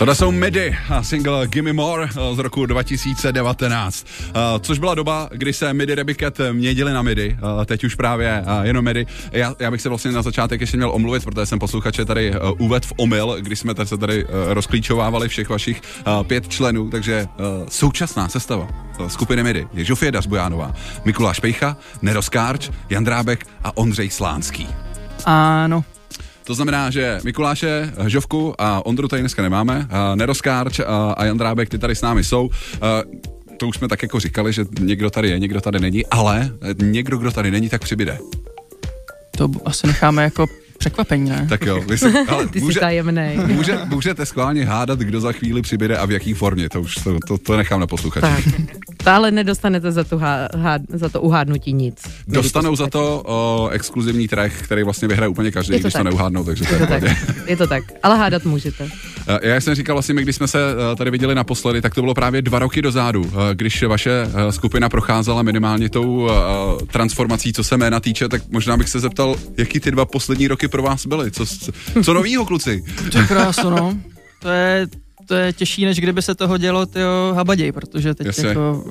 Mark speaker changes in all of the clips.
Speaker 1: Tohle jsou MIDI a single Gimme More z roku 2019, což byla doba, kdy se MIDI Rebiket měnili na MIDI, teď už právě jenom MIDI. Já bych se vlastně na začátek ještě měl omluvit, protože jsem posluchače tady uvedl v omyl, když jsme se tady rozklíčovávali všech vašich 5 členů, takže současná sestava skupiny MIDI je Žofie Dařbojánová, Mikuláš Pejcha, Nero Skarč, Jan Drábek a Ondřej Slánský.
Speaker 2: Ano.
Speaker 1: To znamená, že Mikuláše, Žovku a Ondru tady dneska nemáme, Nero Skarč a Jan Drábek, ty tady s námi jsou. To už jsme tak jako říkali, že někdo tady je, někdo tady není, ale někdo, kdo tady není, tak přibyde.
Speaker 2: To asi necháme jako překvapení, ne?
Speaker 1: Tak jo.
Speaker 3: Ale ty jsi tajemnej.
Speaker 1: Můžete schválně hádat, kdo za chvíli přibyde a v jaký formě, to nechám na posluchači.
Speaker 3: Tak. To ale nedostanete za to uhádnutí nic.
Speaker 1: Dostanou za to exkluzivní track, který vlastně vyhraje úplně každý, když to neuhádnou, takže to je
Speaker 3: tak. Je to tak, ale hádat můžete.
Speaker 1: Já jsem říkal vlastně, když jsme se tady viděli naposledy, tak to bylo právě 2 roky dozadu, když vaše skupina procházela minimálně tou transformací, co se jména týče, tak možná bych se zeptal, jaký ty 2 poslední roky pro vás byly? Co novýho, kluci?
Speaker 2: To je krásno, no. To je těžší, než kdyby se toho dělo habaděj, protože teď jako,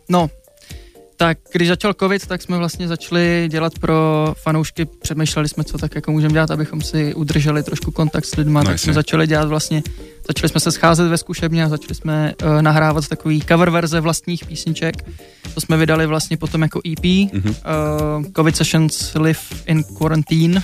Speaker 2: tak když začal covid, tak jsme vlastně začali dělat pro fanoušky, přemýšleli jsme, co tak jako můžeme dělat, abychom si udrželi trošku kontakt s lidma, tak jsme začali jsme se scházet ve zkušebně a začali jsme nahrávat takový cover verze vlastních písniček. To jsme vydali vlastně potom jako EP, Covid Sessions Live in Quarantine.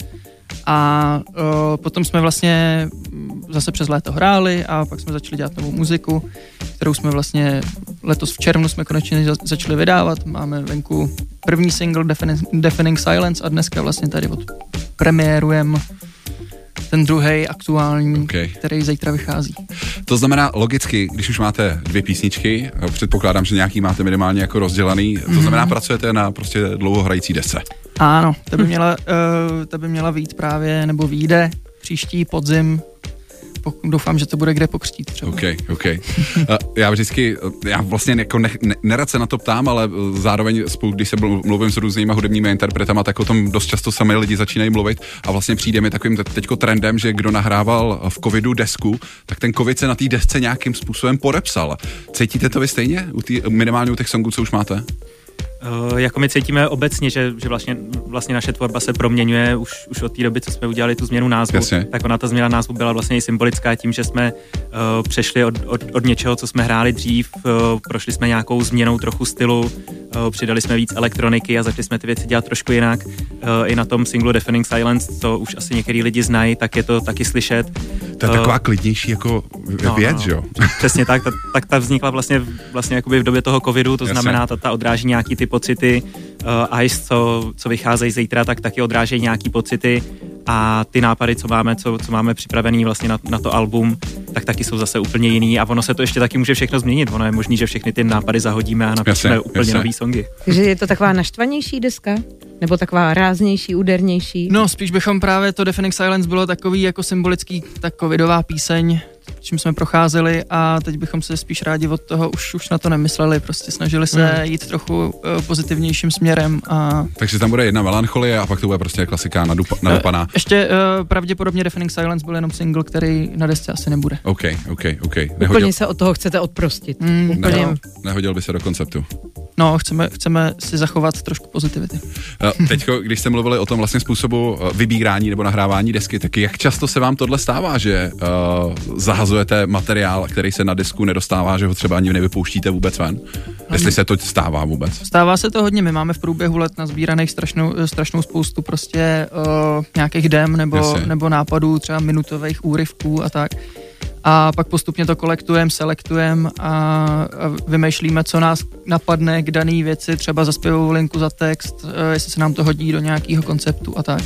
Speaker 2: A potom jsme vlastně zase přes léto hráli a pak jsme začali dělat novou muziku, kterou jsme vlastně letos v červnu jsme konečně začali vydávat. Máme venku první single Deafening Silence a dneska vlastně tady premiérujeme ten druhý aktuální, který zítra vychází.
Speaker 1: To znamená logicky, když už máte 2 písničky, předpokládám, že nějaký máte minimálně jako rozdělaný, to znamená pracujete na prostě dlouhohrající desce.
Speaker 2: Ano, to by měla vyjít právě, nebo vyjde příští podzim. Doufám, že to bude kde pokřtít třeba.
Speaker 1: OK. Já vlastně jako nerad se na to ptám, ale zároveň když se mluvím s různýma hudebními interpretama, tak o tom dost často sami lidi začínají mluvit a vlastně přijde mi takovým teďko trendem, že kdo nahrával v covidu desku, tak ten covid se na té desce nějakým způsobem podepsal. Cítíte to vy stejně? Minimálně u těch songů, co už máte?
Speaker 4: Jako my cítíme obecně, že vlastně naše tvorba se proměňuje už od té doby, co jsme udělali tu změnu názvu. Jasně. Tak ona ta změna názvu byla vlastně i symbolická tím, že jsme přešli od něčeho, co jsme hráli dřív, prošli jsme nějakou změnou trochu stylu, přidali jsme víc elektroniky a začali jsme ty věci dělat trošku jinak. I na tom singlu Deafening Silence, co už asi některý lidi znají, tak je to taky slyšet.
Speaker 1: To je taková klidnější jako věc, jo?
Speaker 4: Přesně tak, ta vznikla vlastně jakoby v době toho covidu, to znamená, ta odráží nějaký ty pocity, Ice, co vycházejí zítra, tak taky odrážejí nějaký pocity a ty nápady, co máme připravený vlastně na to album, tak taky jsou zase úplně jiný a ono se to ještě taky může všechno změnit, ono je možný, že všechny ty nápady zahodíme a napíšeme úplně nový songy.
Speaker 3: Takže je to taková naštvanější deska? Nebo taková ráznější, údernější?
Speaker 2: No, spíš bychom právě to Deafening Silence bylo takový jako symbolický, ta covidová píseň, čím jsme procházeli a teď bychom se spíš rádi od toho už na to nemysleli, prostě snažili se jít trochu pozitivnějším směrem a... Takže
Speaker 1: tam bude jedna melancholie a pak to bude prostě klasika nadupaná.
Speaker 2: Ještě pravděpodobně Deafening Silence byl jenom single, který na desce asi nebude.
Speaker 1: OK.
Speaker 3: Úplně se od toho chcete odprostit.
Speaker 1: Nehodil by se do konceptu.
Speaker 2: No, chceme si zachovat trošku pozitivity.
Speaker 1: Teďko, když jste mluvili o tom vlastně způsobu vybírání nebo nahrávání desky, tak jak často se vám tohle stává, že zahazujete materiál, který se na disku nedostává, že ho třeba ani nevypouštíte vůbec ven? Jestli se to stává vůbec?
Speaker 2: Stává se to hodně, my máme v průběhu let nazbíraných strašnou spoustu prostě nějakých dem nebo nápadů, třeba minutových úryvků a tak. A pak postupně to kolektujeme, selektujeme a vymýšlíme, co nás napadne k daný věci, třeba za zpěvovou linku, za text, jestli se nám to hodí do nějakého konceptu a tak.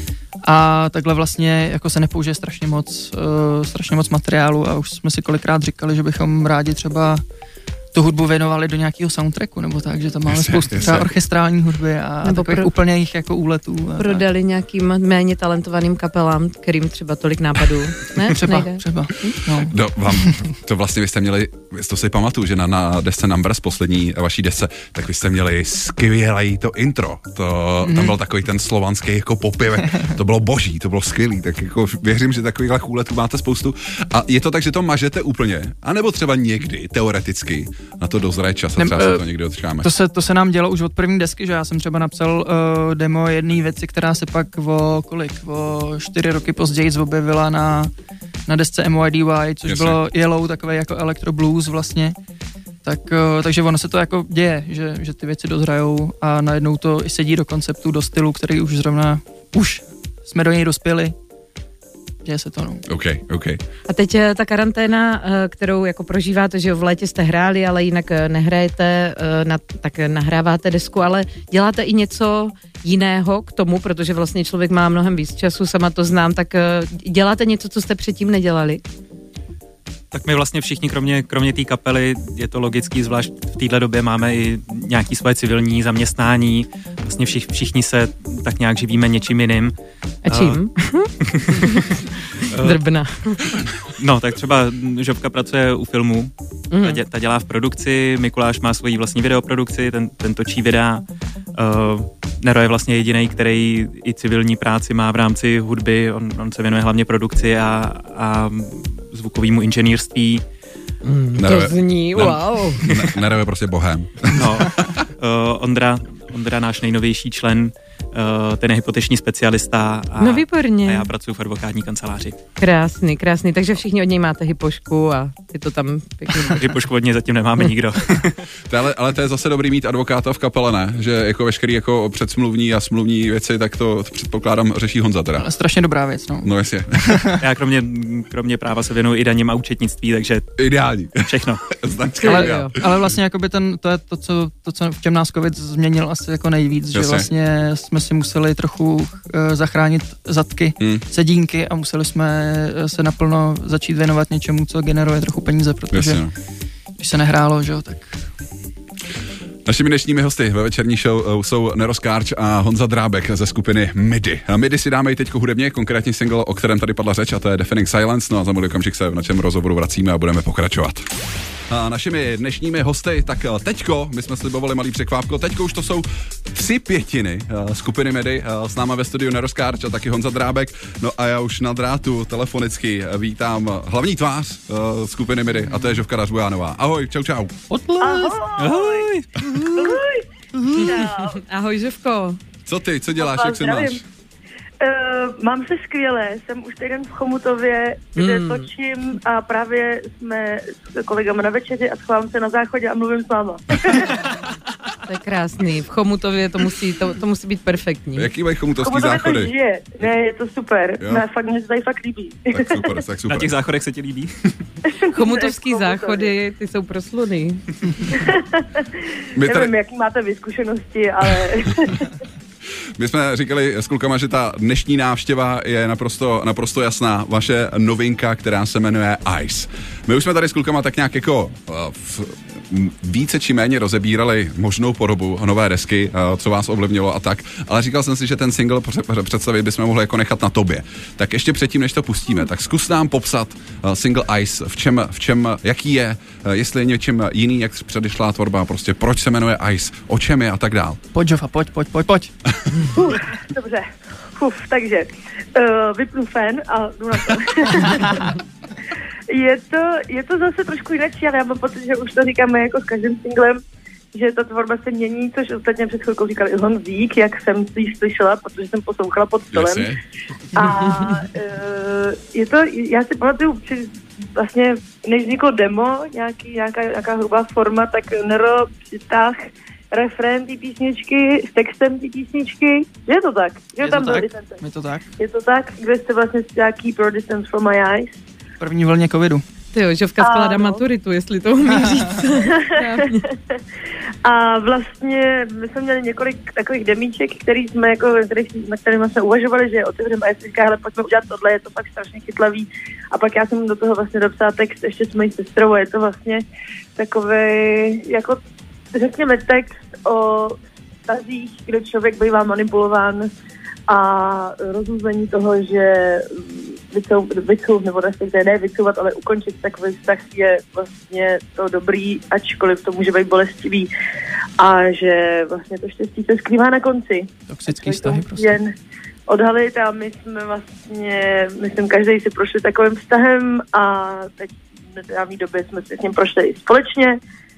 Speaker 2: A takhle vlastně jako se nepoužije strašně moc materiálu a už jsme si kolikrát říkali, že bychom rádi třeba tu hudbu věnovali do nějakého soundtracku, nebo tak, že tam máme spoustu třeba orchestrální hudby a takových úplně jich jako úletů.
Speaker 3: Prodali tak nějakým méně talentovaným kapelám, kterým třeba tolik nápadů, ne?
Speaker 2: Třeba. No.
Speaker 1: To vlastně vy jste měli, to si pamatuju, že na desce Numbers, poslední vaší desce, tak vy jste měli skvělý to intro. Tam byl takový ten slovanský jako popěvek. To bylo boží, to bylo skvělý, tak jako věřím, že takovýchhle úletů máte spoustu. A je to tak, že to mažete úplně? A nebo třeba někdy, teoreticky, na to dozraje čas a třeba se to někdy odčkáme?
Speaker 2: To se nám dělo už od první desky, že já jsem třeba napsal demo jedné věci, která se pak o 4 roky později objevila na desce MYDY, což bylo Yellow, takový jako electro blues vlastně. Takže ono se to jako děje, že ty věci dozrajou a najednou to i sedí do konceptu, do stylu, který už jsme do něj dospěli. Děje se to, no.
Speaker 1: OK.
Speaker 3: A teď ta karanténa, kterou jako prožíváte, že v létě jste hráli, ale jinak nehrajete, tak nahráváte desku, ale děláte i něco jiného k tomu, protože vlastně člověk má mnohem víc času, sama to znám, tak děláte něco, co jste předtím nedělali?
Speaker 4: Tak my vlastně všichni, kromě té kapely, je to logický, zvlášť v této době máme i nějaké svoje civilní zaměstnání, vlastně všichni se tak nějak živíme něčím jiným.
Speaker 3: A čím? Drbna.
Speaker 4: No, tak třeba Žofka pracuje u filmu, ta dělá v produkci, Mikuláš má svoji vlastní videoprodukci, ten točí videa. Nero je vlastně jedinej, který i civilní práci má v rámci hudby, on se věnuje hlavně produkci a zvukovému inženýrství.
Speaker 3: To zní, wow.
Speaker 1: Nero je prostě bohem.
Speaker 4: No, Ondra, náš nejnovější člen, ten je hypoteční specialista a já pracuji v advokátní kanceláři.
Speaker 3: Krásný, takže všichni od něj máte hypošku a ty to tam pěkně...
Speaker 4: Hypošku od něj zatím nemáme nikdo.
Speaker 1: ale to je zase dobrý mít advokáta v kapele, ne? Že jako veškerý jako předsmluvní a smluvní věci, tak to předpokládám řeší Honza teda.
Speaker 2: Ale strašně dobrá věc, no.
Speaker 1: No jasně.
Speaker 4: Já kromě práva se věnuju i daním a účetnictví, takže...
Speaker 1: Ideální.
Speaker 4: Všechno.
Speaker 2: ale vlastně jakoby to je to, co v čem nás covid změnil asi jako nejvíc, že vlastně jsme si museli trochu zachránit zadky, sedínky a museli jsme se naplno začít věnovat něčemu, co generuje trochu peníze, protože když se nehrálo, že jo, tak...
Speaker 1: Našimi dnešními hosty ve večerní show jsou Nero Skarč a Honza Drábek ze skupiny MIDI. A MIDI si dáme i teďko hudebně, konkrétně single, o kterém tady padla řeč, a to je Deafening Silence. No a za můj okamžik se v našem rozhovoru vracíme a budeme pokračovat. A našimi dnešními hosty, tak teďko, my jsme slibovali malý překvápko, teďko už to jsou 3/5 skupiny MIDI, s náma ve studiu Nero Skarč a taky Honza Drábek. No a já už na drátu telefonicky vítám hlavní tvář skupiny MIDI, a to je Žofka Dařbujánová. Ahoj, čau.
Speaker 3: Ahoj. Ahoj, Žofko.
Speaker 1: Co děláš, jak se máš?
Speaker 5: Mám se skvěle, jsem už týden v Chomutově, kde točím a právě jsme s kolegama na večeři a schovám se na záchodě a mluvím s váma.
Speaker 3: To je krásný, v Chomutově to musí být perfektní.
Speaker 1: Jaký mají chomutovský záchody?
Speaker 5: To žije. Ne, je to super, mě se tady fakt líbí.
Speaker 1: Tak super.
Speaker 4: Na těch záchodech se ti líbí?
Speaker 3: Chomutovský záchody, ty jsou prosluný.
Speaker 5: Nevím, jaký máte vy zkušenosti, ale...
Speaker 1: My jsme říkali s klukama, že ta dnešní návštěva je naprosto jasná. Vaše novinka, která se jmenuje Ice. My už jsme tady s klukama tak nějak jako více či méně rozebírali možnou podobu nové desky, co vás ovlivnilo a tak, ale říkal jsem si, že ten single představit bychom mohli jako nechat na tobě. Tak ještě předtím, než to pustíme, tak zkus nám popsat single Ice, v čem, jaký je, jestli je něčím jiný, jak předešlá tvorba, prostě proč se jmenuje Ice, o čem je a tak dál.
Speaker 2: Pojď, Jofa, pojď.
Speaker 5: Dobře, takže vypnu fén a jdu na to. Je to zase trošku jinak, ale já mám pocit, že už to říkáme jako s každým singlem, že ta tvorba se mění, což ostatně před chvilkou říkal i Honzík, jak jsem si slyšela, protože jsem poslouchala pod stolem. A já si pamatuju, vlastně než vzniklo demo, nějaká hrubá forma, tak Nero přitáhl refrén té písničky s textem té písničky. Je to tak?
Speaker 2: Je tam byl distance.
Speaker 5: Je to tak, kde jste vlastně Keep Your Distance From My Eyes.
Speaker 2: První vlně covidu.
Speaker 3: Tyjo, Žofka skládá maturitu, jestli to umí říct.
Speaker 5: A vlastně my jsme měli několik takových demíček, na kterými jsme uvažovali, že otevřeme a jestli říká, hele, pojďme udělat tohle, je to fakt strašně chytlavý A pak já jsem do toho vlastně dopsala text ještě s mojí sestrou a je to vlastně takový, jako řekněme text o vztazích, kde člověk bývá manipulován a rozuzlení toho, že nebo respektive ne vycouvat, ale ukončit takový vztah je vlastně to dobrý, ačkoliv to může být bolestivý a že vlastně to štěstí se skrývá na konci.
Speaker 2: Toxický vztahy prostě.
Speaker 5: Jen odhalit a my jsme vlastně, myslím, každý si prošli takovým vztahem a teď v nedávné době jsme si s ním prošli i společně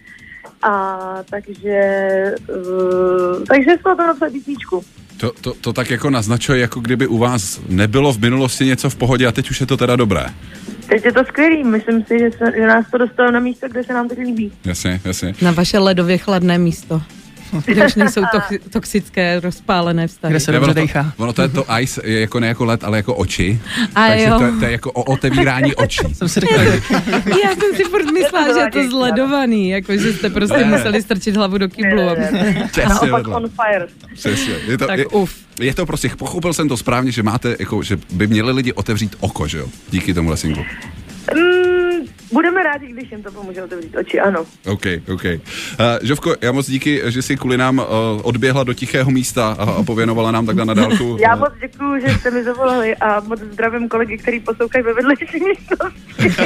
Speaker 5: a takže jsme o tom napsali písničku.
Speaker 1: To tak jako naznačuje, jako kdyby u vás nebylo v minulosti něco v pohodě a teď už je to teda dobré.
Speaker 5: Teď je to skvělý, myslím si, že nás to dostalo na místo, kde se nám to líbí.
Speaker 1: Jasně.
Speaker 3: Na vaše ledově chladné místo. Kde už nejsou toxické, rozpálené vztahy.
Speaker 2: Kde se dobře dejchá.
Speaker 1: Ono to je to ice, je jako ne jako led, ale jako oči.
Speaker 3: A
Speaker 1: takže
Speaker 3: jo.
Speaker 1: to je jako o otevírání očí.
Speaker 2: Jsem si řekl,
Speaker 3: Já jsem si furt myslela, že je to zledovaný, jako že jste prostě museli strčit hlavu do kyblu.
Speaker 5: Naopak on fire.
Speaker 1: Přesně. Je to prostě, pochopil jsem to správně, že máte, jako, že by měli lidi otevřít oko, že jo? Díky tomu singlu.
Speaker 5: Budeme rádi, když jim to pomůže otevřít oči, ano.
Speaker 1: OK. Žovko, já moc díky, že jsi kvůli nám odběhla do tichého místa a pověnovala nám takhle na dálku.
Speaker 5: Já moc děkuju, že jste mi zavolali a moc zdravím kolegy, který poslouchají ve vedlejší místnosti.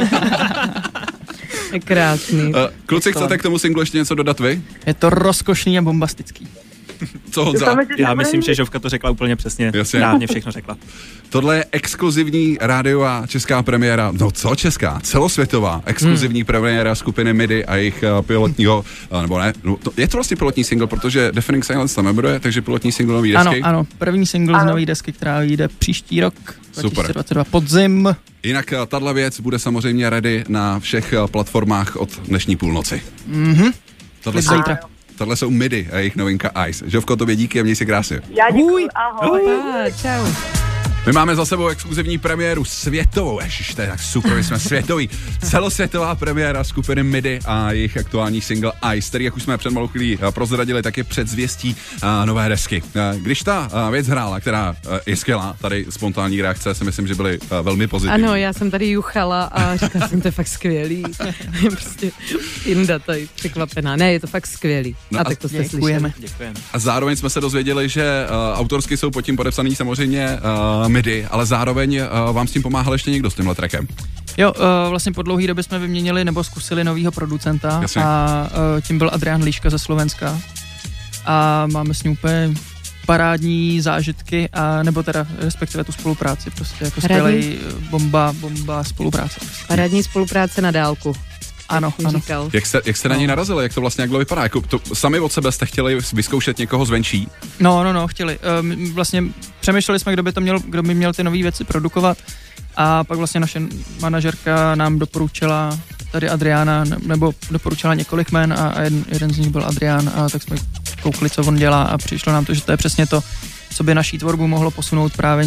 Speaker 3: Je krásný.
Speaker 1: Kluci, chcete k tomu singlu ještě něco dodat vy?
Speaker 2: je to rozkošný a bombastický.
Speaker 1: Co Honza?
Speaker 4: Já myslím, že Žovka to řekla úplně přesně. Správně všechno řekla.
Speaker 1: Tohle je exkluzivní rádiová česká premiéra, celosvětová exkluzivní premiéra skupiny MIDI a jejich pilotního, nebo ne, je to vlastně pilotní single, protože Deafening Silence tam nebude, takže pilotní single nový desky.
Speaker 2: Ano, první single z nový desky, která vyjde příští rok, 2022 podzim.
Speaker 1: Jinak tahle věc bude samozřejmě ready na všech platformách od dnešní půlnoci. Tohle jsou MIDI a jejich novinka Ice. Žovko, tobě díky a měj si krásně.
Speaker 5: Já děkuji, ahoj.
Speaker 3: Čau.
Speaker 1: My máme za sebou exkluzivní premiéru světovou, to je tak super, my jsme světový, celosvětová premiéra skupiny MIDI a jejich aktuální single Ice, který, jak už jsme před malou chvílí prozradili, tak je předzvěstí nové desky. Když ta věc hrála, která je skvělá, tady spontánní reakce, si myslím, že byly velmi pozitivní.
Speaker 3: Ano, já jsem tady juchala a říkala jsem, to je fakt skvělý. Prostě Inda tady překvapená. Ne, je to fakt skvělý. No a tak to jste slyšeli.
Speaker 4: Děkujeme.
Speaker 1: A zároveň jsme se dozvěděli, že autorsky jsou pod tím podepsaný samozřejmě MIDI, ale zároveň vám s tím pomáhal ještě někdo s tímhle trackem.
Speaker 2: Jo, vlastně po dlouhý době jsme vyměnili nebo zkusili novýho producenta. Jasně. A tím byl Adrián Líška ze Slovenska. A máme s ním úplně parádní zážitky, a nebo teda respektive tu spolupráci, prostě jako skvělej bomba spolupráce. Prostě.
Speaker 3: Parádní spolupráce na dálku.
Speaker 2: Ano.
Speaker 1: Jak jste na něj narazili? Jak to vlastně jak vypadá? Jako to, sami od sebe jste chtěli vyzkoušet někoho zvenčí?
Speaker 2: No, chtěli. Vlastně přemýšleli jsme, kdo by měl ty nové věci produkovat, a pak vlastně naše manažerka nám doporučila tady Adriána, nebo doporučila několik jmen a jeden z nich byl Adrián, a tak jsme koukli, co on dělá, a přišlo nám to, že to je přesně to, co by naší tvorbu mohlo posunout právě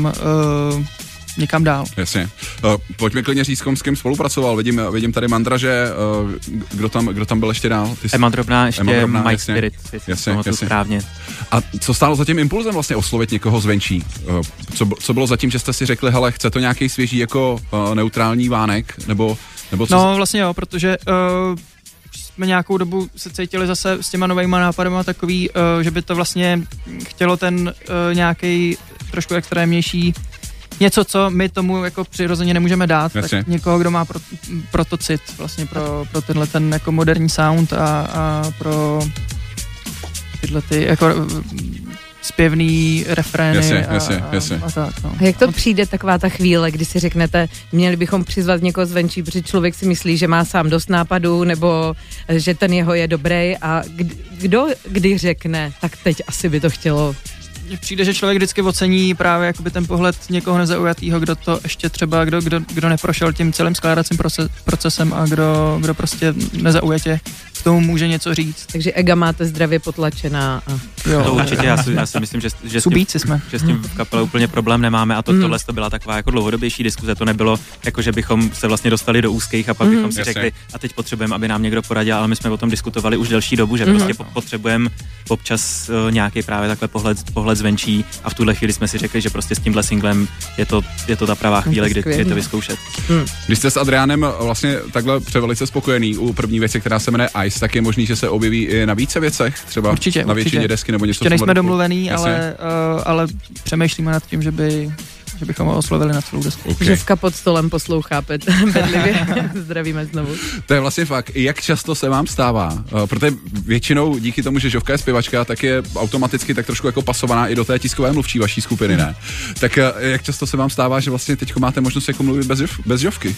Speaker 2: někam dál.
Speaker 1: Jasně. Pojďme klidně říct, s kým spolupracoval. Vidím tady Mandraže, kdo tam byl ještě dál?
Speaker 4: Emma Drobná, ještě Mike Spirit.
Speaker 1: Jasně.
Speaker 4: Správně.
Speaker 1: A co stálo za tím impulzem vlastně oslovit někoho zvenčí? Co bylo za tím, že jste si řekli, hele, chce to nějaký svěží jako neutrální vánek? Nebo co?
Speaker 2: No vlastně jo, protože jsme nějakou dobu se cítili zase s těma novejma nápadama takový, že by to vlastně chtělo ten nějaký trošku extrémnější něco, co my tomu jako přirozeně nemůžeme dát, jasně. Tak někoho, kdo má pro to cit, vlastně pro tenhle ten jako moderní sound a pro tyhle ty jako zpěvný refrény
Speaker 1: jasně.
Speaker 2: A tak. No.
Speaker 3: A jak to přijde taková ta chvíle, kdy si řeknete, měli bychom přizvat někoho zvenčí, protože člověk si myslí, že má sám dost nápadů, nebo že ten jeho je dobrý, a kdy řekne, tak teď asi by to chtělo.
Speaker 2: Mně přijde, že člověk vždycky ocení právě jakoby ten pohled někoho nezaujatýho, kdo to ještě třeba, kdo neprošel tím celým skládacím procesem a kdo prostě nezaujatě k tomu může něco říct.
Speaker 3: Takže ega máte zdravě potlačená.
Speaker 4: To určitě, já si myslím, že s tím v kapele úplně problém nemáme a tohle to byla taková jako dlouhodobější diskuze, to nebylo jako, že bychom se vlastně dostali do úzkých a pak bychom si řekli, a teď potřebujeme, aby nám někdo poradil, ale my jsme o tom diskutovali už delší dobu, že prostě potřebujeme občas nějaký právě takhle pohled zvenčí a v tuhle chvíli jsme si řekli, že prostě s tímhle singlem je to ta pravá chvíle, kdy to vyzkoušet.
Speaker 1: Když jste s Adriánem vlastně takhle převelice spokojený u první věci, která se jmenuje Ice, tak je možný, že se objeví i na více věcech, třeba
Speaker 2: určitě,
Speaker 1: na většině desky nebo něco.
Speaker 2: Ještě nejsme domluvený, ale přemýšlíme nad tím, že bychom ho oslovili na celou desku.
Speaker 3: Okay. Žovka pod stolem poslouchá bedlivě. Zdravíme znovu.
Speaker 1: To je vlastně fakt, jak často se vám stává, protože většinou díky tomu, že Žovka je zpěvačka, tak je automaticky tak trošku jako pasovaná i do té tiskové mluvčí vaší skupiny, ne? Tak jak často se vám stává, že vlastně teď máte možnost jako mluvit bez Žovky?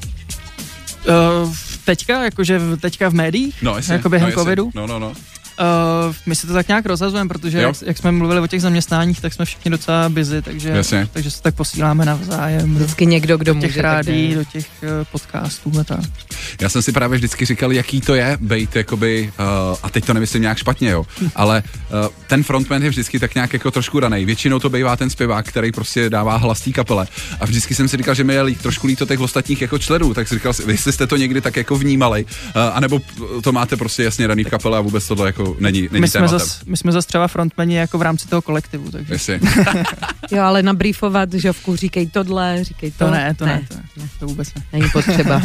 Speaker 2: Teďka v médiích?
Speaker 1: No, jasně.
Speaker 2: Jako během covidu?
Speaker 1: No.
Speaker 2: My si to tak nějak rozhazujeme, protože jak jsme mluvili o těch zaměstnáních, tak jsme všichni docela busy, takže se tak posíláme navzájem.
Speaker 3: Vždycky někdo, kdo může.
Speaker 2: Do těch rádí, do těch podcastů a tak.
Speaker 1: Já jsem si právě vždycky říkal, jaký to je bejt, jakoby, a teď to nemyslím nějak špatně, jo, ale ten frontman je vždycky tak nějak jako trošku ranej. Většinou to bývá ten zpěvák, který prostě dává hlas té kapele. A vždycky jsem si říkal, že mi je trošku líto těch ostatních jako členů, tak si říkal, jestli jste to někdy tak jako vnímali, anebo to máte prostě jasně raný v kapele a vůbec tohle jako není tématem.
Speaker 2: My jsme zase třeba frontmani jako v rámci toho kolektivu, takže.
Speaker 3: Jo, ale nabrýfovat Žovku, říkej tohle, říkej to.
Speaker 2: To vůbec ne.
Speaker 3: Není potřeba.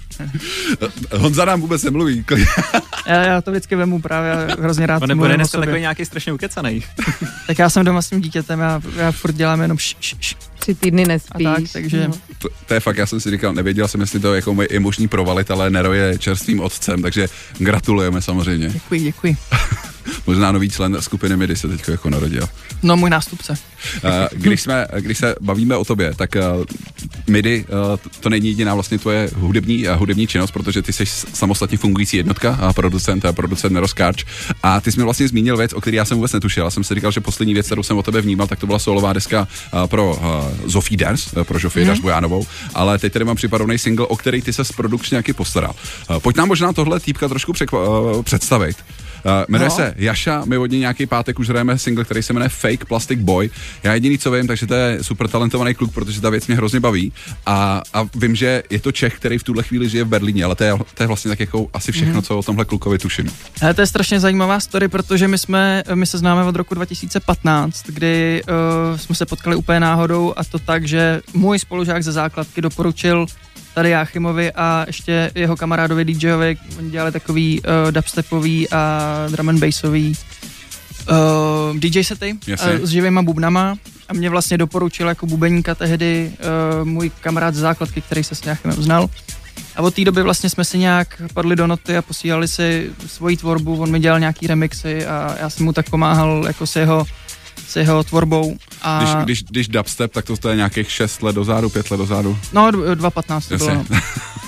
Speaker 1: Honza nám vůbec nemluví.
Speaker 2: Já to vždycky vemu právě hrozně rád.
Speaker 4: To nebude dneska takový nějaký strašně ukecanej.
Speaker 2: Tak já jsem doma s tím dítětem, já furt dělám jenom
Speaker 3: 3 týdny nespíš.
Speaker 2: Takže.
Speaker 1: To je fakt, já jsem si říkal, nevěděl jsem, jestli to jako je možný provalit, ale Nero je čerstvým otcem, takže gratulujeme samozřejmě.
Speaker 2: Děkuji.
Speaker 1: Možná nový člen skupiny MIDI se teď jako narodil.
Speaker 2: No, můj nástupce.
Speaker 1: Když se bavíme o tobě, tak MIDI to není jediná vlastně tvoje hudební činnost, protože ty jsi samostatně fungující jednotka a producent Nero Skarč. A ty jsi mi vlastně zmínil věc, o které já jsem vůbec netušil. Já jsem si říkal, že poslední věc, kterou jsem o tebe vnímal, tak to byla solová deska pro Zofii Dance, pro Zofii Dance Bojánovou, ale teď tady mám připravený single, o který ty se produkčně nějaký postaral. Pojď nám možná tohle týpka trošku představit. Jmenuje se Jaša, my od něj nějaký pátek už hrajeme single, který se jmenuje Fake Plastic Boy. Já jediný, co vím, takže to je super talentovaný kluk, protože ta věc mě hrozně baví. A vím, že je to Čech, který v tuhle chvíli žije v Berlíně, ale to je vlastně tak jako asi všechno, co o tomhle klukovi tuším.
Speaker 2: To je strašně zajímavá story, protože my se známe od roku 2015, kdy jsme se potkali úplně náhodou a to tak, že můj spolužák ze základky doporučil tady Jáchymovi a ještě jeho kamarádovi DJovi, oni dělali takový dubstepový a drum and bassový DJ sety s živýma bubnama a mě vlastně doporučil jako bubeníka tehdy můj kamarád z základky, který se s Jáchymem znal. A od té doby vlastně jsme si nějak padli do noty a posílali si svoji tvorbu, on mi dělal nějaký remixy a já jsem mu tak pomáhal jako s jeho tvorbou. A
Speaker 1: když dubstep, tak to je nějakých 6 let dozadu, 5 let dozadu.
Speaker 2: No, 2015 to bylo. No.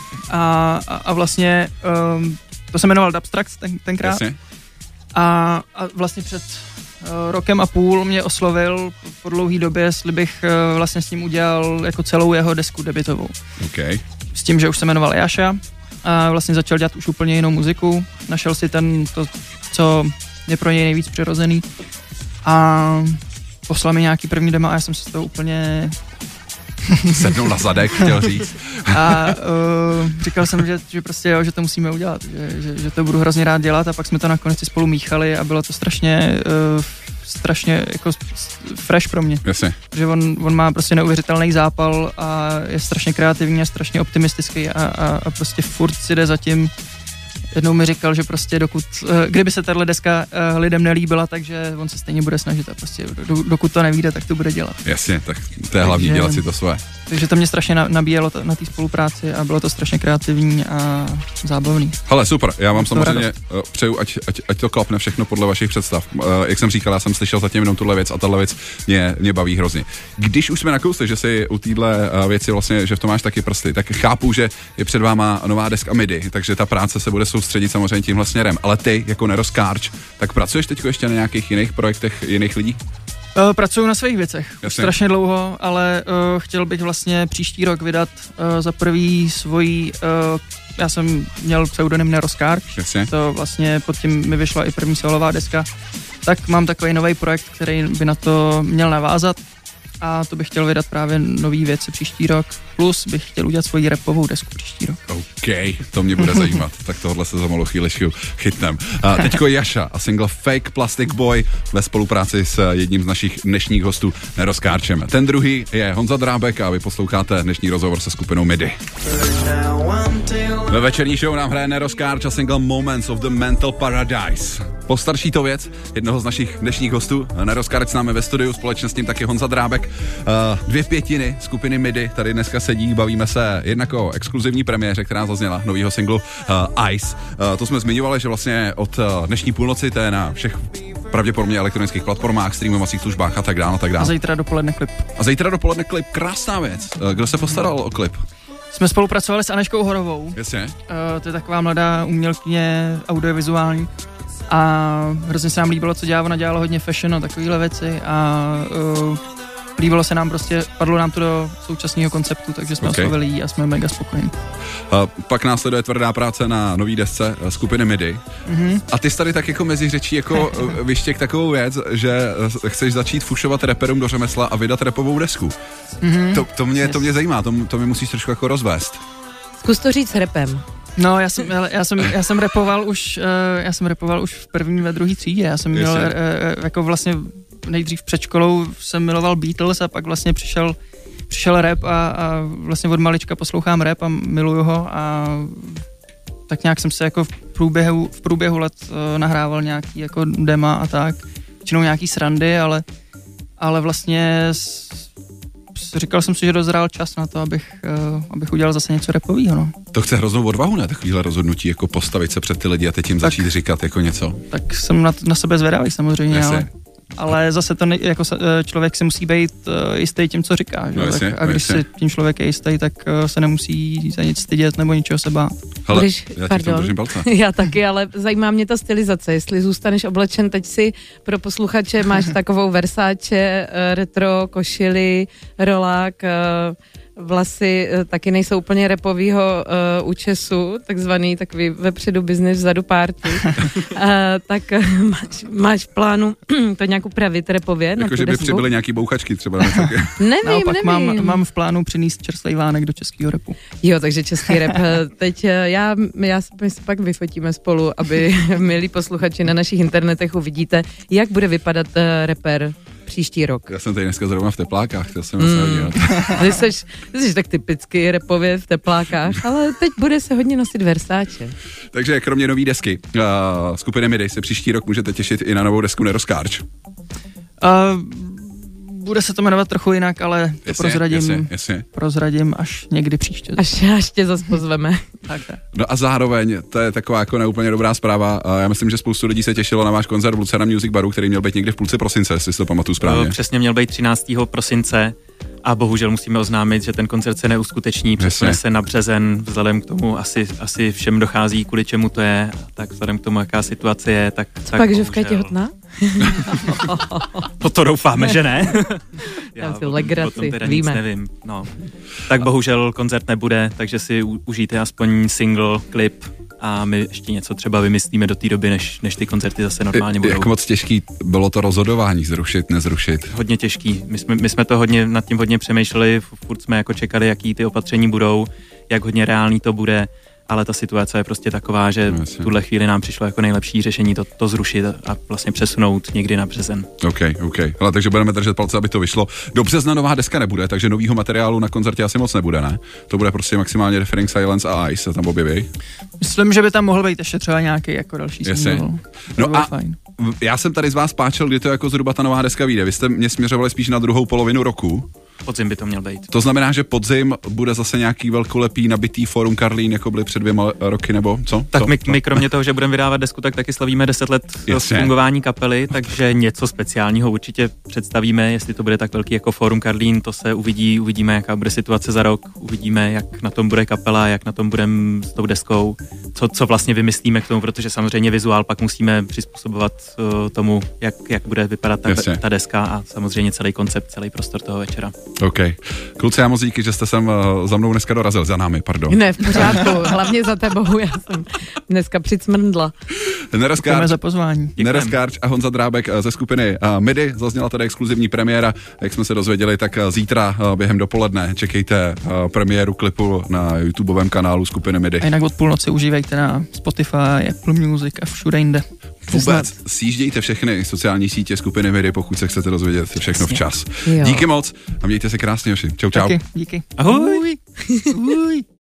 Speaker 2: A vlastně to se jmenoval Dubstract tenkrát.
Speaker 1: Jasně.
Speaker 2: A vlastně před rokem a půl mě oslovil po dlouhý době, jestli bych vlastně s ním udělal jako celou jeho desku debutovou.
Speaker 1: Okay.
Speaker 2: S tím, že už se jmenoval Jaša a vlastně začal dělat už úplně jinou muziku. Našel si to, co je pro něj nejvíc přirozený. A poslal mi nějaký první demo a já jsem si z toho úplně
Speaker 1: sednul na zadek, chtěl říct.
Speaker 2: A říkal jsem, že prostě jo, že to musíme udělat, že to budu hrozně rád dělat a pak jsme to nakonec si spolu míchali a bylo to strašně jako fresh pro mě.
Speaker 1: Jasně.
Speaker 2: Že on má prostě neuvěřitelný zápal a je strašně kreativní a strašně optimistický a prostě furt si jde za tím. Jednou mi říkal, že prostě kdyby se tahle deska lidem nelíbila, takže on se stejně bude snažit a prostě dokud to nevíde, tak to bude dělat.
Speaker 1: Jasně, tak to je hlavní, dělat si to svoje.
Speaker 2: Takže to mě strašně nabíjelo na té spolupráci a bylo to strašně kreativní a zábavný.
Speaker 1: Hele, super, já vám samozřejmě přeju, ať to klapne všechno podle vašich představ. Jak jsem říkal, já jsem slyšel zatím jenom tuhle věc a tahle věc mě baví hrozně. Když už jsme nakousli, že si u téhle věci vlastně, že v tom máš taky prsty, tak chápu, že je před váma nová deska MIDI, takže ta práce se bude soustředit samozřejmě tímhle směrem. Ale ty, jako Nero Skarč, tak pracuješ teď ještě na nějakých jiných projektech jiných lidí?
Speaker 2: Pracuju na svých věcech. Strašně dlouho, ale chtěl bych vlastně příští rok vydat za prvý svojí, já jsem měl pseudonym Nero Skarč, to vlastně pod tím mi vyšla i první solová deska tak mám takový nový projekt, který by na to měl navázat a to bych chtěl vydat právě nový věci příští rok, plus bych chtěl udělat svoji rapovou desku příští rok.
Speaker 1: OK, to mě bude zajímat, tak tohle se za malou chvíličku chytnem. Teďko Jaša a single Fake Plastic Boy ve spolupráci s jedním z našich dnešních hostů Nerozkárčeme. Ten druhý je Honza Drábek a vy posloucháte dnešní rozhovor se skupinou MIDI. Ve večerní show nám hraje Nerozkárč a single Moments of the Mental Paradise. Postarší to věc jednoho z našich dnešních hostů. Nerozkárč s námi ve studiu, společně s ním taky Honza Drábek. 2/5 skupiny MIDI tady dneska sedí, bavíme se jednak o exkluzivní premiéře, která zazněla, novýho singlu Ice. To jsme zmiňovali, že vlastně od dnešní půlnoci to je na všech pravděpodobně elektronických platformách, streamovacích službách a tak dále.
Speaker 2: A zítra dopoledne klip. Krásná věc. Kdo se postaral o klip? Jsme spolupracovali s Aneškou Horovou.
Speaker 1: Jasně.
Speaker 2: To je taková mladá umělkyně audiovizuální a hrozně se nám líbilo, co dělá. Ona dělala hodně fashion a takovýhle věci a líbilo se nám padlo nám to do současného konceptu, takže jsme oslovili jí a jsme mega spokojení.
Speaker 1: Pak následuje tvrdá práce na nový desce skupiny MIDI. Mm-hmm. A ty jsi tady tak jako mezi řečí jako vyštěk takovou věc, že chceš začít fušovat raperům do řemesla a vydat rapovou desku. Mm-hmm. To mě zajímá, to mi musíš trošku jako rozvést.
Speaker 3: Zkus to říct rapem.
Speaker 2: No, já jsem rapoval už v první ve druhé třídě. Já jsem měl jako vlastně nejdřív před školou jsem miloval Beatles a pak vlastně přišel rap a vlastně od malička poslouchám rap a miluju ho a tak nějak jsem se jako v průběhu let nahrával nějaký jako dema a tak, většinou nějaký srandy, ale vlastně říkal jsem si, že dozrál čas na to, abych udělal zase něco rapovýho, no.
Speaker 1: To chce hroznou odvahu, ne? Takovýhle rozhodnutí, jako postavit se před ty lidi a teď jim začít říkat jako něco.
Speaker 2: Tak jsem na sebe zvědavý samozřejmě, ale zase to jako člověk si musí být jistý tím, co říká. Že?
Speaker 1: Jasně,
Speaker 2: a když si tím člověk je jistý, tak se nemusí za nic stydět nebo ničeho se bát.
Speaker 1: Hele,
Speaker 3: já taky, ale zajímá mě ta stylizace. Jestli zůstaneš oblečen, teď si pro posluchače máš takovou Versace, retro, košili, rolák, vlasy taky nejsou úplně rapovýho účesu, takzvaný takový vepředu business, vzadu party. Tak máš v plánu to nějak upravit rapově?
Speaker 1: Jako, že by přibyly nějaký bouchačky třeba.
Speaker 3: Nevím.
Speaker 2: Mám v plánu přinést čerstvý vánek do českého rapu.
Speaker 3: Jo, takže český rap. Teď my se pak vyfotíme spolu, aby milí posluchači na našich internetech uvidíte, jak bude vypadat rapper příští rok.
Speaker 1: Já jsem tady dneska zrovna v teplákách, to jsem se hodně.
Speaker 3: Ty jsi tak typicky rapově v teplákách, ale teď bude se hodně nosit Versace.
Speaker 1: Takže kromě nový desky skupiny MIDI se příští rok můžete těšit i na novou desku Nerozkárč.
Speaker 2: Bude se to jmenovat trochu jinak, ale to prozradím až někdy příště.
Speaker 3: Až tě zase pozveme.
Speaker 2: Tak.
Speaker 1: No a zároveň, to je taková jako neúplně dobrá zpráva. Já myslím, že spoustu lidí se těšilo na váš koncert v Lucera Music Baru, který měl být někde v půlce prosince, jestli si to pamatuju správně.
Speaker 4: Přesně, měl být 13. prosince a bohužel musíme oznámit, že ten koncert se neuskuteční, přesune se na březen, vzhledem k tomu asi všem dochází, kvůli čemu to je, tak vzhledem k tomu, jaká situace je, tak
Speaker 3: pak, že v těhotná?
Speaker 4: To doufáme, že ne.
Speaker 3: Já si legraci,
Speaker 4: teda
Speaker 3: víme.
Speaker 4: Nic nevím. No. Tak bohužel koncert nebude, takže si užijte aspoň single, klip a my ještě něco třeba vymyslíme do té doby, než ty koncerty zase normálně budou.
Speaker 1: Jak moc těžký bylo to rozhodování, zrušit, nezrušit?
Speaker 4: Hodně těžký. My jsme to nad tím hodně přemýšleli, furt jsme jako čekali, jaký ty opatření budou, jak hodně reálný to bude, ale ta situace je prostě taková, že v tuhle chvíli nám přišlo jako nejlepší řešení to zrušit a vlastně přesunout někdy na březen.
Speaker 1: OK. Ale takže budeme držet palce, aby to vyšlo. Do března nová deska nebude, takže novýho materiálu na koncertě asi moc nebude, ne? To bude prostě maximálně Deafening Silence a Ice se tam objeví.
Speaker 2: Myslím, že by tam mohl být ještě třeba nějaký jako další single.
Speaker 1: No a fajn. Já jsem tady z vás páčil, kdy to jako zhruba ta nová deska vyjde. Vy jste mě směřovali spíš na druhou polovinu roku.
Speaker 4: Podzim by to měl být.
Speaker 1: To znamená, že podzim bude zase nějaký velkolepý nabitý Fórum Karlín, jako byly před 2 roky, nebo co?
Speaker 4: Tak my kromě toho, že budeme vydávat desku, tak taky slavíme 10 let fungování kapely, takže něco speciálního určitě představíme, jestli to bude tak velký jako Fórum Karlín, to se uvidíme, jaká bude situace za rok, uvidíme, jak na tom bude kapela, jak na tom budeme s tou deskou, co vlastně vymyslíme k tomu, protože samozřejmě vizuál pak musíme přizpůsobovat tomu, jak bude vypadat ta deska a samozřejmě celý koncept, celý prostor toho večera.
Speaker 1: OK. Kluci, já moc díky, že jste sem za mnou dneska dorazil, za námi, pardon.
Speaker 3: Ne, v pořádku, hlavně za tebou, já jsem dneska přicmrndla.
Speaker 2: Děkujeme za pozvání.
Speaker 1: Neres Karč a Honza Drábek ze skupiny MIDI. Zazněla tady exkluzivní premiéra. Jak jsme se dozvěděli, tak zítra během dopoledne čekejte premiéru klipu na YouTubeovém kanálu skupiny MIDI.
Speaker 2: A jinak od půlnoci užívejte na Spotify, Apple Music a všude jinde.
Speaker 1: Vůbec sjíždějte všechny sociální sítě skupiny MIDI, pokud se chcete dozvědět všechno včas. Díky moc a mějte se krásně, Joši. Čau, čau.
Speaker 2: Taky, díky.
Speaker 4: Ahoj.
Speaker 2: Ahoj.